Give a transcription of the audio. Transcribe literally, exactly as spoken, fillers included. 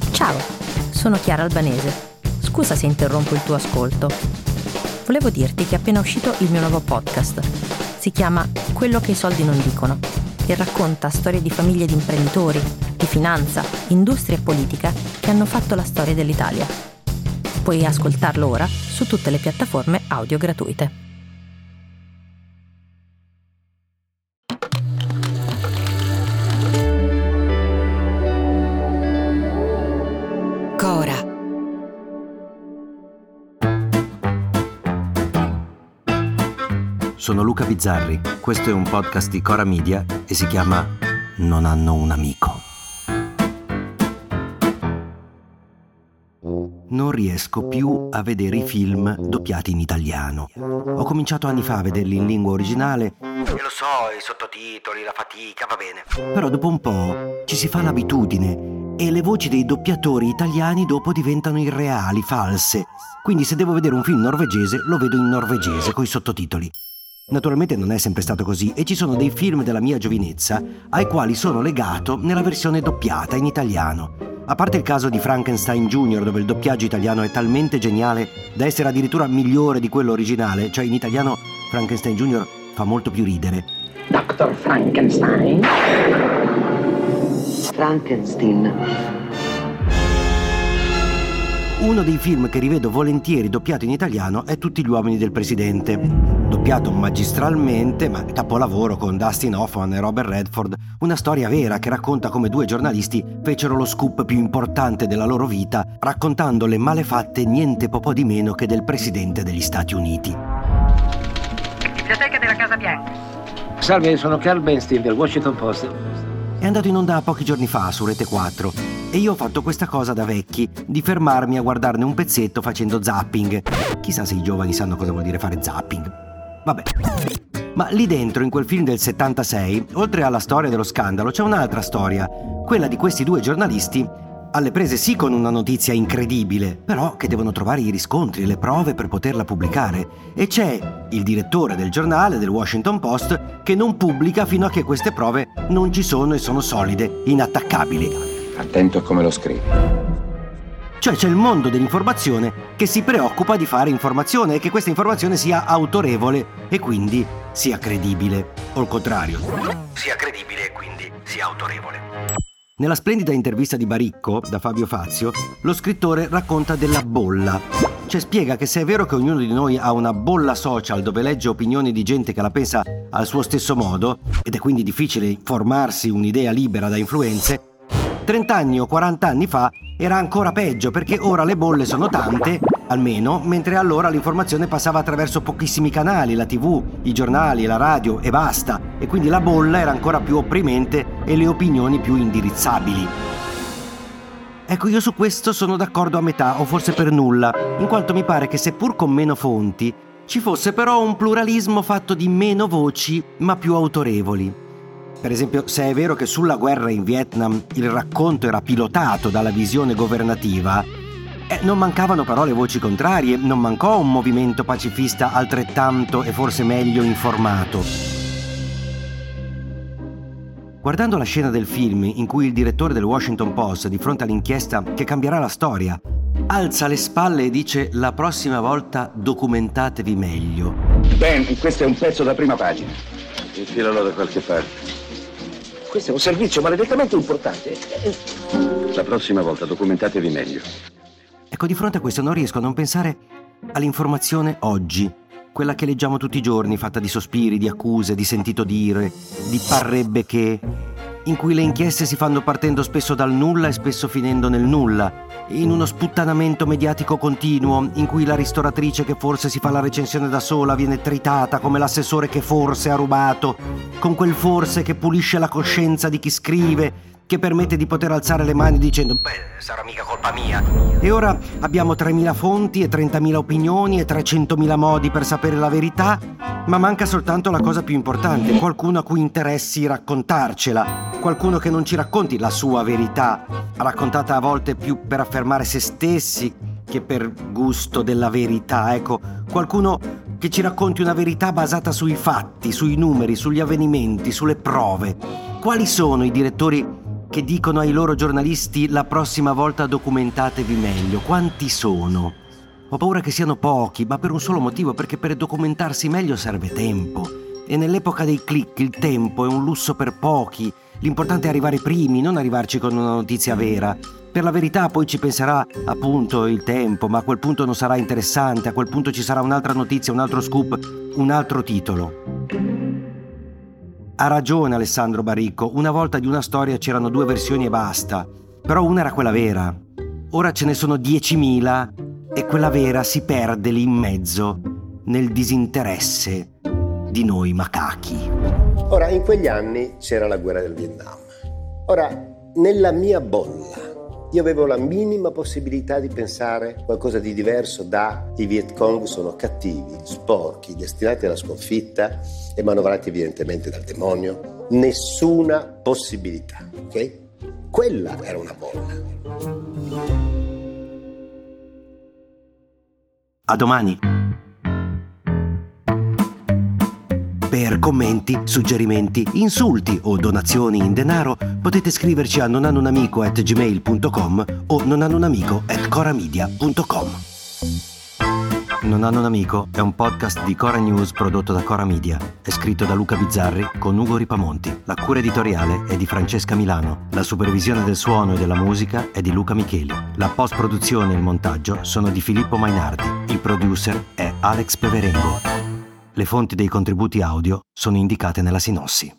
Ciao, sono Chiara Albanese. Scusa se interrompo il tuo ascolto. Volevo dirti che è appena uscito il mio nuovo podcast. Si chiama Quello che i soldi non dicono e racconta storie di famiglie di imprenditori, di finanza, industria e politica che hanno fatto la storia dell'Italia. Puoi ascoltarlo ora su tutte le piattaforme audio gratuite. Cora. Sono Luca Bizzarri, questo è un podcast di Cora Media e si chiama Non hanno un amico. Non riesco più a vedere i film doppiati in italiano. Ho cominciato anni fa a vederli in lingua originale. E lo so, i sottotitoli, la fatica, va bene. Però dopo un po' ci si fa l'abitudine e le voci dei doppiatori italiani dopo diventano irreali, false. Quindi se devo vedere un film norvegese, lo vedo in norvegese, coi sottotitoli. Naturalmente non è sempre stato così e ci sono dei film della mia giovinezza ai quali sono legato nella versione doppiata in italiano. A parte il caso di Frankenstein Junior, dove il doppiaggio italiano è talmente geniale da essere addirittura migliore di quello originale, cioè in italiano Frankenstein Junior fa molto più ridere. Doctor Frankenstein? Frankenstein. Uno dei film che rivedo volentieri doppiato in italiano è Tutti gli uomini del presidente. Doppiato magistralmente, ma capolavoro con Dustin Hoffman e Robert Redford, una storia vera che racconta come due giornalisti fecero lo scoop più importante della loro vita, raccontando le malefatte niente po' po' di meno che del presidente degli Stati Uniti. Biblioteca della Casa Bianca. Salve, sono Carl Bernstein del Washington Post. È andato in onda pochi giorni fa su Rete quattro e io ho fatto questa cosa da vecchi, di fermarmi a guardarne un pezzetto facendo zapping. Chissà se i giovani sanno cosa vuol dire fare zapping. Vabbè. Ma lì dentro, in quel film del settantasei, oltre alla storia dello scandalo, c'è un'altra storia, quella di questi due giornalisti alle prese sì con una notizia incredibile, però che devono trovare i riscontri e le prove per poterla pubblicare. E c'è il direttore del giornale, del Washington Post, che non pubblica fino a che queste prove non ci sono e sono solide, inattaccabili. Attento a come lo scrivi. Cioè c'è il mondo dell'informazione che si preoccupa di fare informazione e che questa informazione sia autorevole e quindi sia credibile. O il contrario, sia credibile e quindi sia autorevole. Nella splendida intervista di Baricco, da Fabio Fazio, lo scrittore racconta della bolla. Cioè spiega che se è vero che ognuno di noi ha una bolla social dove legge opinioni di gente che la pensa al suo stesso modo, ed è quindi difficile formarsi un'idea libera da influenze, trent'anni o quaranta anni fa era ancora peggio, perché ora le bolle sono tante, almeno, mentre allora l'informazione passava attraverso pochissimi canali, la tivù, i giornali, la radio e basta, e quindi la bolla era ancora più opprimente e le opinioni più indirizzabili. Ecco, io su questo sono d'accordo a metà, o forse per nulla, in quanto mi pare che seppur con meno fonti, ci fosse però un pluralismo fatto di meno voci, ma più autorevoli. Per esempio, se è vero che sulla guerra in Vietnam il racconto era pilotato dalla visione governativa, eh, non mancavano però le voci contrarie, non mancò un movimento pacifista altrettanto e forse meglio informato. Guardando la scena del film in cui il direttore del Washington Post, di fronte all'inchiesta che cambierà la storia, alza le spalle e dice: la prossima volta documentatevi meglio. Ben, questo è un pezzo da prima pagina. Infilalo da qualche parte. Questo è un servizio maledettamente importante. La prossima volta documentatevi meglio. Ecco, di fronte a questo non riesco a non pensare all'informazione oggi, quella che leggiamo tutti i giorni, fatta di sospiri, di accuse, di sentito dire, di parrebbe che, in cui le inchieste si fanno partendo spesso dal nulla e spesso finendo nel nulla, in uno sputtanamento mediatico continuo, in cui la ristoratrice che forse si fa la recensione da sola viene tritata come l'assessore che forse ha rubato, con quel forse che pulisce la coscienza di chi scrive, che permette di poter alzare le mani dicendo «Beh, sarà mica colpa mia». E ora abbiamo tremila fonti e trentamila opinioni e trecentomila modi per sapere la verità, ma manca soltanto la cosa più importante, qualcuno a cui interessi raccontarcela, qualcuno che non ci racconti la sua verità, raccontata a volte più per affermare se stessi che per gusto della verità, ecco, qualcuno che ci racconti una verità basata sui fatti, sui numeri, sugli avvenimenti, sulle prove. Quali sono i direttori che dicono ai loro giornalisti la prossima volta documentatevi meglio. Quanti sono? Ho paura che siano pochi, ma per un solo motivo, perché per documentarsi meglio serve tempo. E nell'epoca dei click il tempo è un lusso per pochi. L'importante è arrivare primi, non arrivarci con una notizia vera. Per la verità poi ci penserà appunto il tempo, ma a quel punto non sarà interessante, a quel punto ci sarà un'altra notizia, un altro scoop, un altro titolo. Ha ragione Alessandro Baricco, una volta di una storia c'erano due versioni e basta, però una era quella vera. Ora ce ne sono diecimila e quella vera si perde lì in mezzo, nel disinteresse di noi macachi. Ora, in quegli anni c'era la guerra del Vietnam. Ora, nella mia bolla, io avevo la minima possibilità di pensare qualcosa di diverso da i Viet Cong sono cattivi, sporchi, destinati alla sconfitta e manovrati evidentemente dal demonio. Nessuna possibilità, ok? Quella era una bolla. A domani. Per commenti, suggerimenti, insulti o donazioni in denaro potete scriverci a nonhannounamico at gmail punto com o nonhannounamico at coramedia punto com. Non hanno un amico è un podcast di Cora News prodotto da Cora Media. È scritto da Luca Bizzarri con Ugo Ripamonti. La cura editoriale è di Francesca Milano. La supervisione del suono e della musica è di Luca Micheli. La post-produzione e il montaggio sono di Filippo Mainardi. Il producer è Alex Peverengo. Le fonti dei contributi audio sono indicate nella sinossi.